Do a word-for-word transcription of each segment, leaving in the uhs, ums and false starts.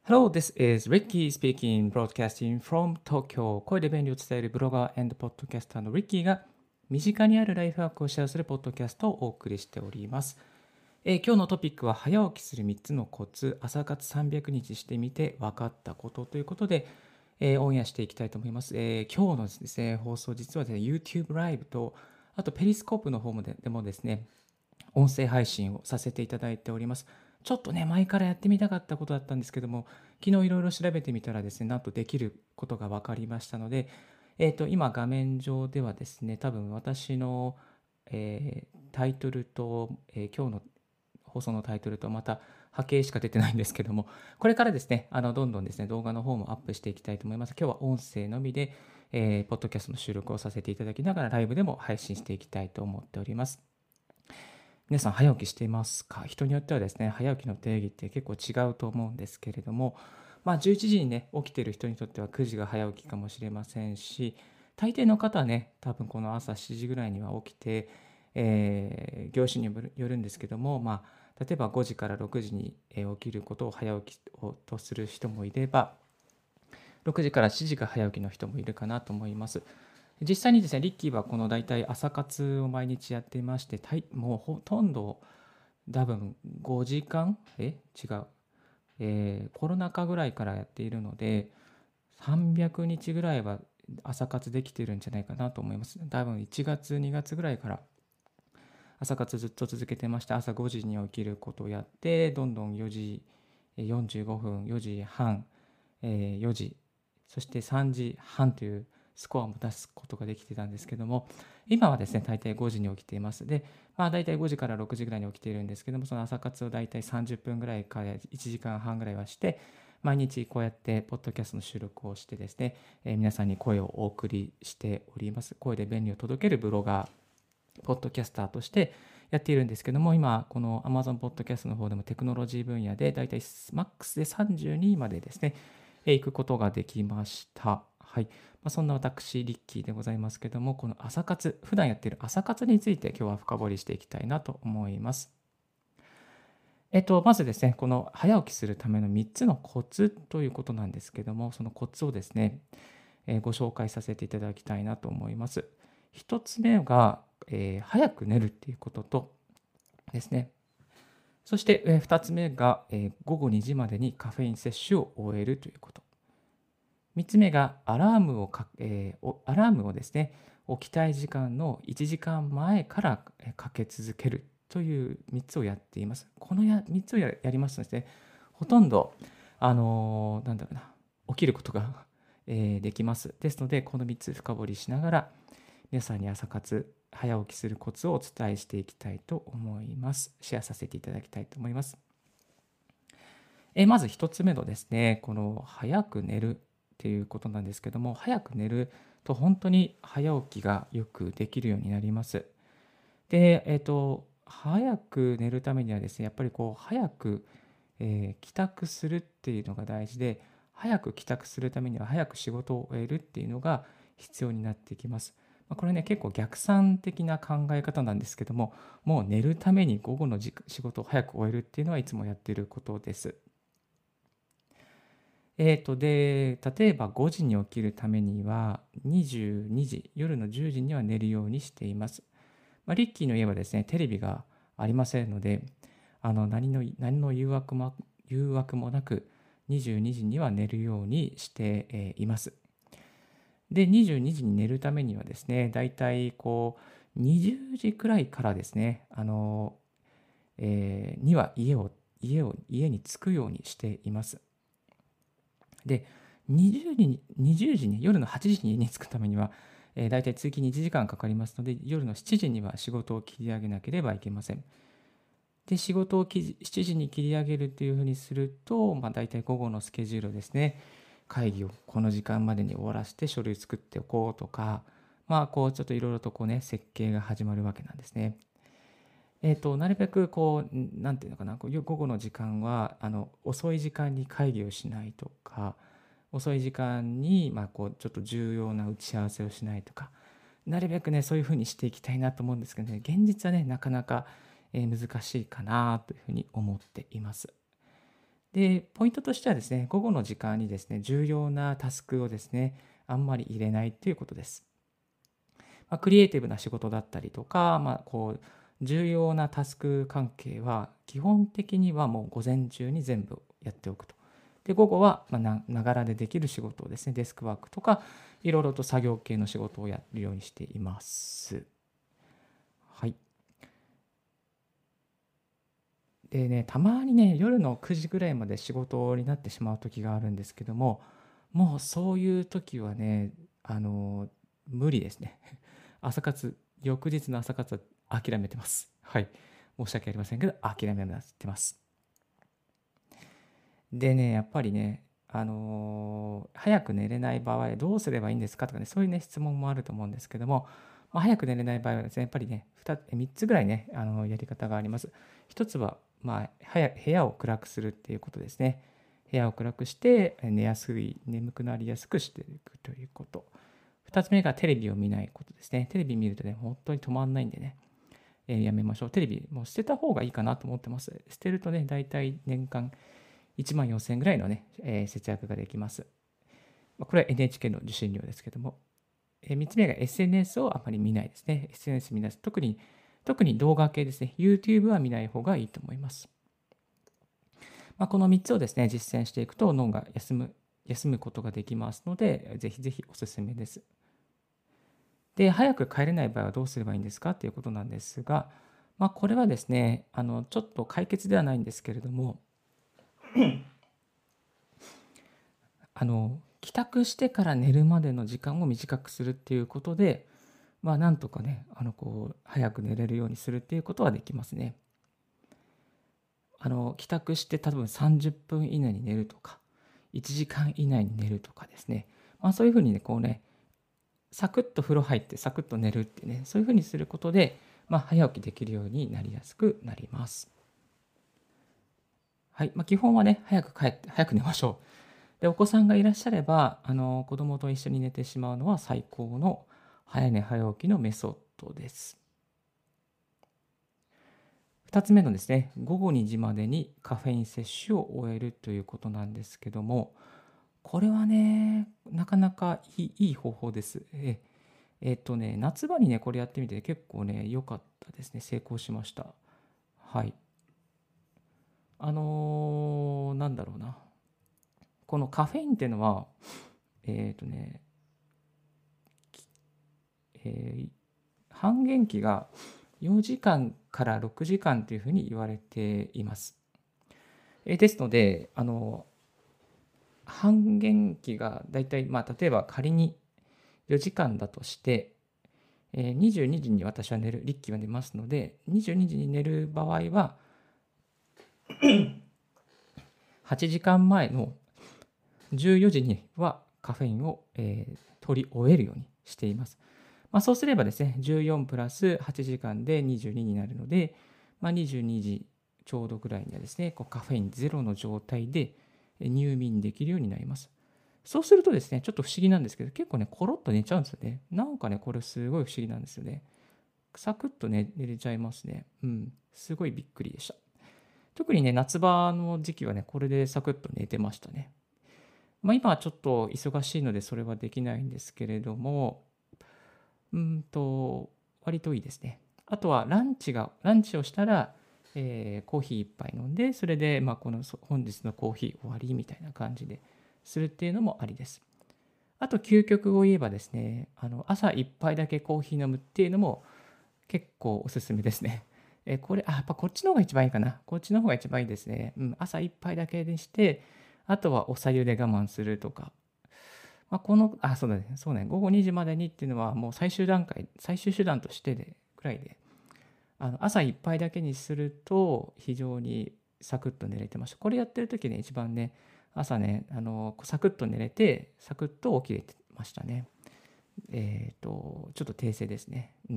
Hello, this is Ricky speaking, broadcasting from Tokyo. 声で便利を伝えるブロガー and ポッドキャスターの Ricky が身近にあるライフワークをシェアするポッドキャストをお送りしております。えー今日のトピックは早起きするみっつのコツ、朝活さんびゃくにちしてみて分かったことということで、えーオンエアしていきたいと思います。えー今日のですね、放送実はですね、YouTube ライブと、あとペリスコープの方もででもですね、音声配信をさせていただいております。ちょっとね、前からやってみたかったことだったんですけども、昨日いろいろ調べてみたらですね、なんとできることが分かりましたので、えっと、今画面上ではですね、多分私の、えータイトルと、えー今日の放送のタイトルとまた波形しか出てないんですけども、これからですね、あのどんどんですね、動画の方もアップしていきたいと思います。今日は音声のみで、えーポッドキャストの収録をさせていただきながら、ライブでも配信していきたいと思っております。皆さん早起きしていますか？人によってはですね、早起きの定義って結構違うと思うんですけれども、まあ、じゅういちじにね、起きている人にとってはくじが早起きかもしれませんし、大抵の方はね、多分この朝しちじぐらいには起きて、えー業種によるんですけども、まあ、例えばごじからろくじに起きることを早起きをとする人もいれば、ろくじからしちじが早起きの人もいるかなと思います。実際にですね、リッキーはこの大体朝活を毎日やっていまして、もうほとんど多分ごじかんえ違う、えーコロナ禍ぐらいからやっているので、さんびゃくにちぐらいは朝活できてるんじゃないかなと思います。多分いちがつ、にがつぐらいから朝活ずっと続けてまして、朝ごじに起きることをやって、どんどんよじよんじゅうごふん、よじはん、えーよじ、そしてさんじはんというスコアも出すことができてたんですけども、今はですね、大体ごじに起きています。で、まあ大体ごじからろくじぐらいに起きているんですけども、その朝活を大体さんじゅっぷんぐらいからいちじかんはんぐらいはして、毎日こうやってポッドキャストの収録をしてですね、えー皆さんに声をお送りしております。声で便利を届けるブロガー、ポッドキャスターとしてやっているんですけども、今、この Amazon ポッドキャストの方でもテクノロジー分野でだいたいマックスでさんじゅうにいまでですね、えー行くことができました。はい。まあ、そんな私、リッキーでございますけども、この朝活、普段やっている朝活について今日は深掘りしていきたいなと思います。えっと、まずですね、この早起きするためのみっつのコツということなんですけども、そのコツをですね、えーご紹介させていただきたいなと思います。ひとつめが、えー早く寝るっていうこととですね、そして、えーふたつめが、えー午後にじまでにカフェイン摂取を終えるということ。みっつめがアラームをか、えーおアラームをですね、起きたい時間のいちじかんまえからえーかけ続けるというみっつをやっています。このやみっつをややりますとですね、ほとんど、あのーなんだろうな、起きることが、えーできます。ですので、このみっつ深掘りしながら、皆さんに朝活、早起きするコツをお伝えしていきたいと思います。シェアさせていただきたいと思います。えまずひとつめのですね、この早く寝るっていうことなんですけども、早く寝ると本当に早起きがよくできるようになります。で、えっと、早く寝るためにはですね、やっぱりこう、早く、えー帰宅するっていうのが大事で、早く帰宅するためには早く仕事を終えるっていうのが必要になってきます。まあこれね、結構逆算的な考え方なんですけども、もう寝るために午後のじ仕事を早く終えるっていうのはいつもやっていることです。えーと、で、例えばごじに起きるためには、にじゅうにじ、夜のじゅうじには寝るようにしています。まあ、リッキーの家はですね、テレビがありませんので、あの何の何の誘惑も誘惑もなく、にじゅうにじには寝るようにしてえーいます。で、にじゅうにじに寝るためにはですね、だいたいこう、にじゅうじくらいからですね、あの、えーには家を、家を、家に着くようにしています。で、にじゅうじに、にじゅうじに、夜のはちじに家に着くためには、えー、大体通勤にいちじかんかかりますので、夜のしちじには仕事を切り上げなければいけません。で、仕事をしちじに切り上げるというふうにすると、まあ、大体午後のスケジュールですね、会議をこの時間までに終わらせて書類作っておこうとか、まあ、こう、ちょっといろいろとこうね、設計が始まるわけなんですね。えっと、なるべくこう、なんていうのかな、こう午後の時間は、あの、遅い時間に会議をしないとか、遅い時間に、まあ、こう、ちょっと重要な打ち合わせをしないとか、なるべくね、そういうふうにしていきたいなと思うんですけどね、現実はね、なかなか、えー難しいかなというふうに思っています。 で、ポイントとしてはですね、午後の時間にですね、重要なタスクをですね、あんまり入れないということです。まあ、クリエイティブな仕事だったりとか、まあ、こう、重要なタスク関係は、基本的にはもう午前中に全部やっておくと。で、午後は、まあ、ながらでできる仕事をですね、デスクワークとか、いろいろと作業系の仕事をやるようにしています。はい。でね、たまにね、夜のくじぐらいまで仕事になってしまう時があるんですけども、もうそういう時はね、あの、無理ですね。朝活、翌日の朝活は諦めてます。はい。申し訳ありませんけど、諦めてます。でね、やっぱりね、あのー早く寝れない場合どうすればいいんですかとかね、そういうね、質問もあると思うんですけども、まあ、早く寝れない場合はですね、やっぱりね、ふたみっつぐらいね、あのやり方があります。一つは、まあ、早部屋を暗くするっていうことですね。部屋を暗くして寝やすい、眠くなりやすくしていくということ。二つ目がテレビを見ないことですね。テレビ見るとね、本当に止まんないんでね、えーやめましょう。テレビもう捨てた方がいいかなと思ってます。捨てるとね、だいたい年間いちまんよんせんえんぐらいのね、えー節約ができます。これは エヌエイチケー の受信料ですけども。えー、みっつめが エスエヌエス をあまり見ないですね。エスエヌエス 見ないです。特に、特に動画系ですね。YouTube は見ない方がいいと思います。まあ、このみっつをですね、実践していくと脳が休む、休むことができますので、ぜひぜひおすすめです。で、早く帰れない場合はどうすればいいんですかということなんですが、まあ、これはですね、あの、ちょっと解決ではないんですけれども、あの、帰宅してから寝るまでの時間を短くするっていうことで、まあ、なんとかね、あの、こう、早く寝れるようにするっていうことはできますね。あの、帰宅して多分さんじゅっぷん以内に寝るとか、いちじかん以内に寝るとかですね。まあ、そういうふうにね、こうね、サクッと風呂入ってサクッと寝るってね、そういうふうにすることで、まあ、早起きできるようになりやすくなります。はい。まあ、基本はね、早く帰って、早く寝ましょう。で、お子さんがいらっしゃれば、あの、子供と一緒に寝てしまうのは最高の早寝早起きのメソッドです。ふたつめのですね、午後にじまでにカフェイン摂取を終えるということなんですけども、これはね、なかなかいいいい方法です。ええっとね、夏場にね、これやってみて結構ね、良かったですね。成功しました。はい。あのーなんだろうな。このカフェインっていうのは、えっとね、えー半減期がよじかんからろくじかんというふうに言われています。えーですので、あの、半減期がだいたい、まあ、例えば仮によじかんだとして、えーにじゅうにじに私は寝る、リッキーは寝ますので、にじゅうにじに寝る場合は、はちじかんまえのじゅうよじにはカフェインを、えー取り終えるようにしています。まあ、そうすればですね、じゅうよんプラスはちじかんでにじゅうにになるので、まあ、にじゅうにじちょうどぐらいにはですね、こうカフェインゼロの状態で入眠できるようになります。そうするとですね、ちょっと不思議なんですけど、結構ね、コロッと寝ちゃうんですよね。なんかね、これすごい不思議なんですよね。サクッとね、寝れちゃいますね。うん。すごいびっくりでした。特にね、夏場の時期はね、これでサクッと寝てましたね。まあ、今はちょっと忙しいのでそれはできないんですけれども、うんと、割といいですね。あとはランチが、ランチをしたら、えーコーヒー一杯飲んで、それで、まあ、このそ本日のコーヒー終わりみたいな感じでするっていうのもありです。あと、究極を言えばですね、あの朝一杯だけコーヒー飲むっていうのも結構おすすめですね。えーこれ、あ、やっぱこっちの方が一番いいかな。こっちの方が一番いいですね。うん、朝一杯だけにして、あとはお茶湯で我慢するとか。まあ、この、あ、そうだね、そうね、午後にじまでにっていうのはもう最終段階、最終手段としてで、くらいで、あの朝一杯だけにすると非常にサクッと寝れてました。これやってる時ね、一番ね、朝ね、あの、サクッと寝れて、サクッと起きれてましたね。えっと、ちょっと訂正ですね。うん。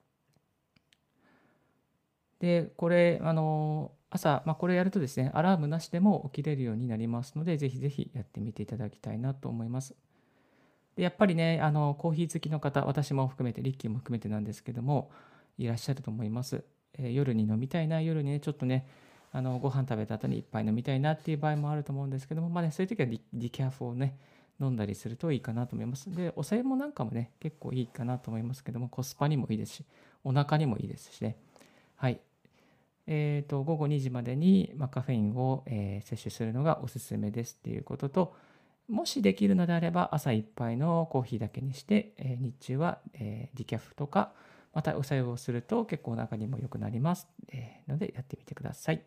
で、これ、あの、朝、まあ、これやるとですね、アラームなしでも起きれるようになりますので、ぜひぜひやってみていただきたいなと思います。で、やっぱりね、あの、コーヒー好きの方、私も含めて、リッキーも含めてなんですけども、いらっしゃると思います。えー夜に飲みたいな、夜にね、ちょっとね、 あのご飯食べた後に一杯飲みたいなっていう場合もあると思うんですけども、まあね、そういう時はディディキャフをね、飲んだりするといいかなと思います。で、お酒もなんかもね、結構いいかなと思いますけども、コスパにもいいですし、お腹にもいいですしね。はい。えーと、午後にじまでに、まあ、カフェインを、えー摂取するのがおすすめですっていうことと、もしできるのであれば、朝一杯のコーヒーだけにして、えー日中は、えーディキャフとか、またお茶をすると結構お腹にも良くなります、えーので、やってみてください。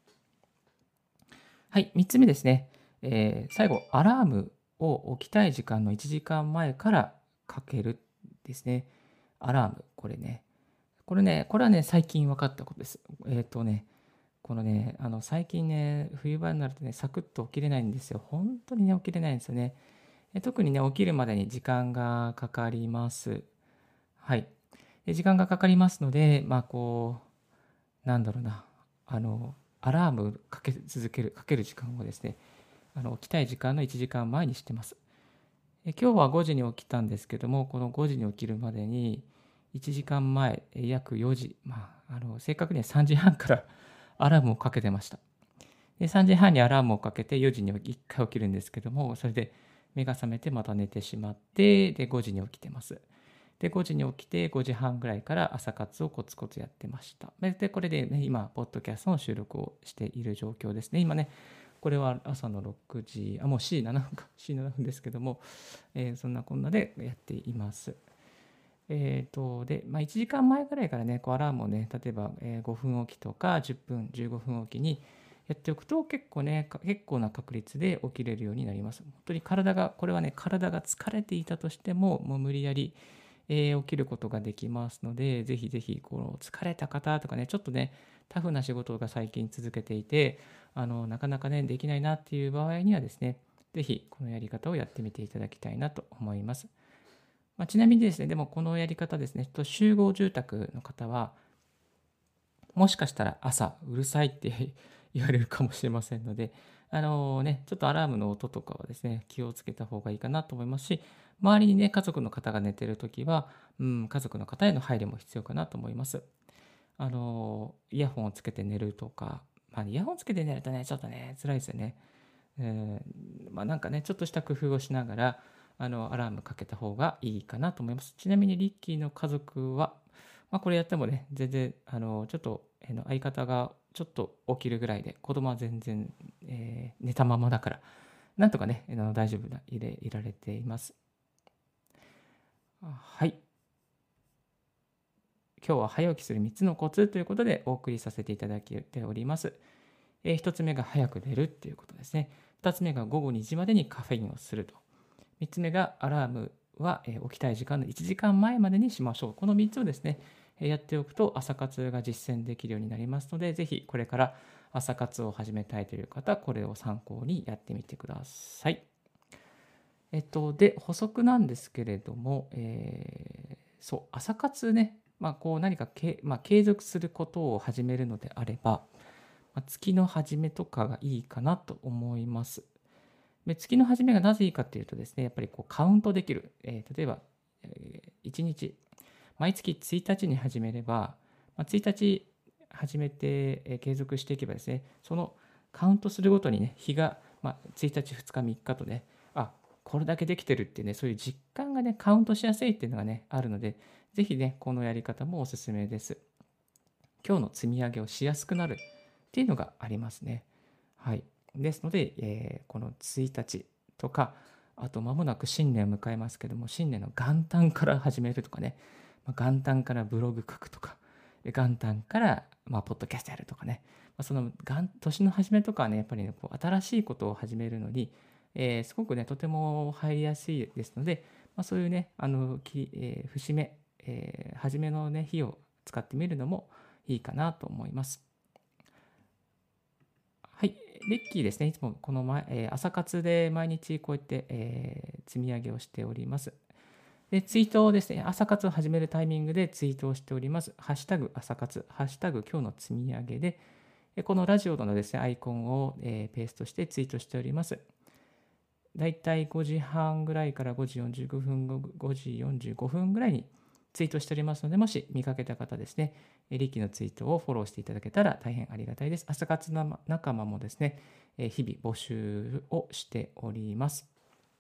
はい、みっつめですね。えー最後、アラームを起きたい時間のいちじかんまえからかけるですね。アラーム、これね。これね、これはね、最近分かったことです。えっとね、このね、あの最近ね、冬場になるとね、サクッと起きれないんですよ。本当にね、起きれないんですよね。え特にね、起きるまでに時間がかかります。はい。で時間がかかりますので、まあ、こう、なんだろうな、あの、アラームかけ続ける、かける時間をですね、あの起きたい時間のいちじかんまえにしてます。え今日はごじに起きたんですけども、このごじに起きるまでにいちじかんまえ、え約よじ、まあ、あの正確にはさんじはんからアラームをかけてました。でさんじはんにアラームをかけてよじにいっかい起きるんですけども、それで目が覚めてまた寝てしまって、でごじに起きてます。でごじに起きてごじはんぐらいから朝活をコツコツやってました。でこれで、ね、今、ポッドキャストの収録をしている状況ですね。今ね、これは朝のろくじ、あ、もうしちじななふんか、しちじななふんですけども、えーそんなこんなでやっています。えーと、で、まあ、いちじかんまえぐらいからね、こうアラームをね、例えばえーごふんおきとかじゅっぷん、じゅうごふんおきにやっておくと結構ね、か結構な確率で起きれるようになります。本当に体が、これはね、体が疲れていたとしても、もう無理やり、えー起きることができますので、ぜひぜひ、この疲れた方とかね、ちょっとね、タフな仕事が最近続けていて、あの、なかなかね、できないなっていう場合にはですね、ぜひこのやり方をやってみていただきたいなと思います。まあ、ちなみにですね、でもこのやり方ですね、集合住宅の方は、もしかしたら朝うるさいって言われるかもしれませんので、あのね、ちょっとアラームの音とかはですね、気をつけた方がいいかなと思いますし、周りにね、家族の方が寝てるときは、うん、家族の方への配慮も必要かなと思います。あの、イヤホンをつけて寝るとか、まあ、イヤホンつけて寝るとね、ちょっとね、辛いですよね。えーまあ、なんかね、ちょっとした工夫をしながら、あの、アラームかけた方がいいかなと思います。ちなみにリッキーの家族は、まあ、これやってもね、全然、あの、ちょっと、えーの相方がちょっと起きるぐらいで、子供は全然、えー寝たままだから、なんとかね、あの大丈夫ないれいられています。はい。今日は早起きするみっつのコツということでお送りさせていただいております。えー、ひとつめが早く寝るっていうことですね。ふたつめが午後にじまでにカフェインをすると。みっつめがアラームは、えー起きたい時間のいちじかんまえまでにしましょう。このみっつをですね、えーやっておくと朝活が実践できるようになりますので、ぜひこれから朝活を始めたいという方、これを参考にやってみてください。えっと、で、補足なんですけれども、えーそう、朝活ね、まあ、こう何かけ、まあ、継続することを始めるのであれば、まあ、月の初めとかがいいかなと思います。で月の初めがなぜいいかっていうとですね、やっぱりこうカウントできる。えー例えば、えーいちにち、毎月ついたちに始めれば、まあ、ついたち始めて、えー継続していけばですね、そのカウントするごとにね、日が、まあ、ついたち、ふつか、みっかとね、あ、これだけできてるっていうね、そういう実感がね、カウントしやすいっていうのがね、あるので、ぜひね、このやり方もおすすめです。今日の積み上げをしやすくなるっていうのがありますね。はい。ですので、えーこのついたちとか、あと間もなく新年を迎えますけども、新年の元旦から始めるとかね、まあ、元旦からブログ書くとか、元旦から、まあ、ポッドキャストやるとかね、まあ、その元年の初めとかはね、やっぱりね、こう新しいことを始めるのに、えーすごくね、とても入りやすいですので、まあ、そういうね、あの、きえー節目、えー初めのね、日を使ってみるのもいいかなと思います。はい、レッキーですね、いつもこの前、えー朝活で毎日こうやって、えー積み上げをしております。で、ツイートをですね、朝活を始めるタイミングでツイートをしております。ハッシュタグ朝活、ハッシュタグ今日の積み上げで、このラジオのですね、アイコンを、えーペーストしてツイートしております。だいたいごじはんぐらいからごじよんじゅうごふん、ごじよんじゅうごふんぐらいにツイートしておりますので、もし見かけた方ですね、リッキーのツイートをフォローしていただけたら大変ありがたいです。朝活の仲間もですね、日々募集をしております。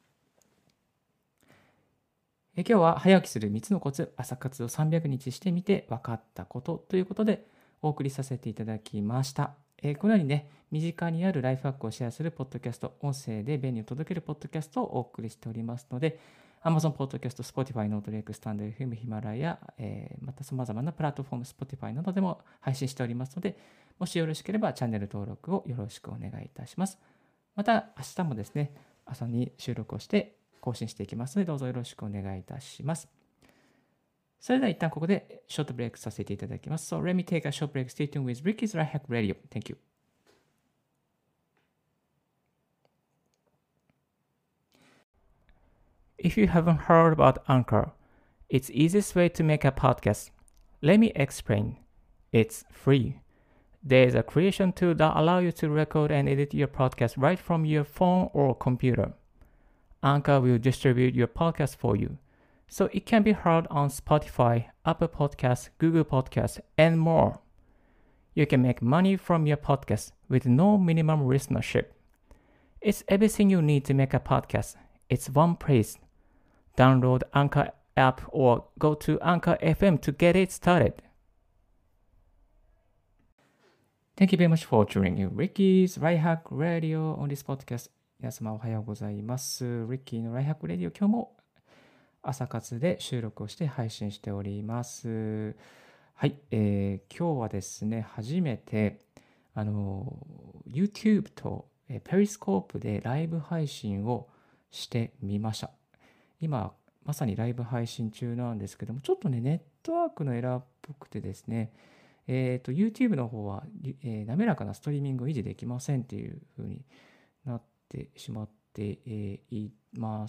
今日は早起きするみっつのコツ、朝活をさんびゃくにちしてみて分かったことということでお送りさせていただきました。このようにね、身近にあるライフハックをシェアするポッドキャスト、音声で便利を届けるポッドキャストをお送りしておりますので、Amazon Podcast、Spotify、ノートレイク、スタンド エフエム、ヒマラヤ、えー、また様々なプラットフォーム、Spotify などでも配信しておりますので、もしよろしければチャンネル登録をよろしくお願いいたします。また明日もですね、朝に収録をして更新していきますので、どうぞよろしくお願いいたします。それでは一旦ここでショートブレイクさせていただきます。So let me take a short break. Stay tuned with Ricky's Right Hack Radio. Thank you. If you haven't heard about Anchor, it's the easiest way to make a podcast. Let me explain. It's free. There is a creation tool that allows you to record and edit your podcast right from your phone or computer. Anchor will distribute your podcast for you, so it can be heard on Spotify, Apple Podcasts, Google Podcasts, and more. You can make money from your podcast with no minimum listenership. It's everything you need to make a podcast. It's one place. Download Anchor app or go to Anchor エフエム to get it started. Thank you very much for tuning in Ricky's Right Hack Radio on this podcast. 皆様おはようございます。Ricky の Right Hack Radio 今日も朝活で収録をして配信しております。はい、えー、今日はですね、初めてあの YouTube と Periscope でライブ配信をしてみました。今まさにライブ配信中なんですけども、ちょっとねネットワークのエラーっぽくてですね、えーと YouTube の方は、えー、滑らかなストリーミングを維持できませんっていう風になってしまって、えー、います。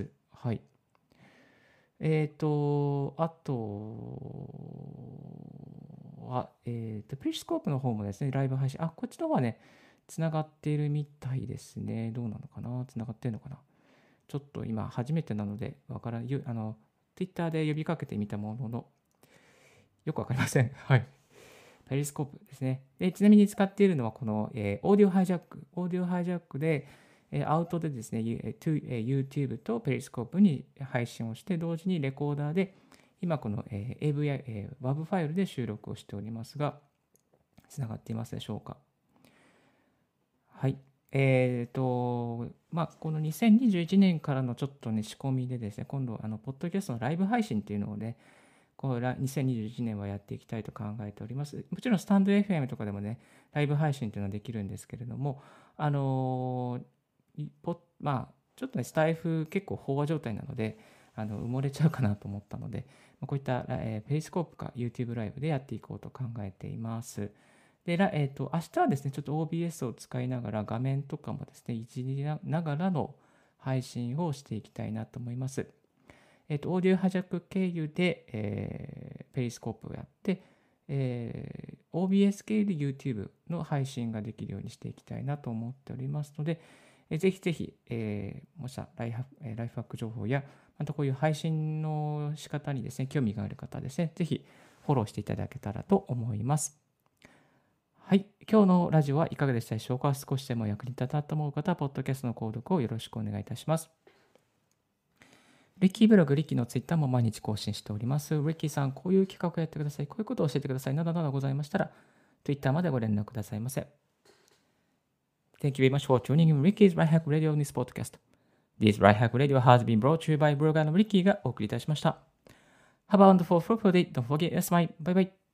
はい。えっ、ー、とあとはえっ、ー、とペリスコープの方もですねライブ配信、あこっちの方はねつながっているみたいですね。どうなのかな、つながってるのかな。ちょっと今初めてなのでわからない。あの Twitter で呼びかけてみたもののよくわかりません。はい。ペリスコープですね。でちなみに使っているのはこの、えー、オーディオハイジャック。オーディオハイジャックで、えー、アウトでですね、YouTube とペリスコープに配信をして、同時にレコーダーで、今この、えー、エーブイ、えー、ダブ ファイルで収録をしておりますが、つながっていますでしょうか。はい。えっ、ー、と、まあ、このにせんにじゅういちねんからのちょっとね、仕込みでですね、今度、あの、ポッドキャストのライブ配信っていうのをね、こうにせんにじゅういちねんはやっていきたいと考えております。もちろんスタンド エフエム とかでもね、ライブ配信っていうのはできるんですけれども、あのー、ポまあ、ちょっとね、スタイフ結構飽和状態なので、あの埋もれちゃうかなと思ったので、こういった、えー、ペリスコープか YouTube ライブでやっていこうと考えています。で、えーと、明日はですね、ちょっと オービーエス を使いながら画面とかもですね、いじりながらの配信をしていきたいなと思います。えっと、オーディオハイジャック経由で、えー、ペリスコープをやって、えー、オービーエス 経由で YouTube の配信ができるようにしていきたいなと思っておりますので、えー、ぜひぜひ、えー、もしライフ、ライフハック情報や、またこういう配信の仕方にですね、興味がある方はですね、ぜひフォローしていただけたらと思います。はい。今日のラジオはいかがでしたでしょうか。少しでも役に立ったと思う方は、ポッドキャストの購読をよろしくお願いいたします。リッキーブログ、リッキーのツイッターも毎日更新しております。リッキーさん、こういう企画をやってください。こういうことを教えてください。などなどございましたら、Twitter までご連絡くださいませ。Thank you very much for tuning in Ricky's Right Hack Radio in this podcast. This Right Hack Radio has been brought to you by ブロガーのリッキーがお送りいたしました。Have a wonderful, fruitful day. Don't forget your smile. Bye bye.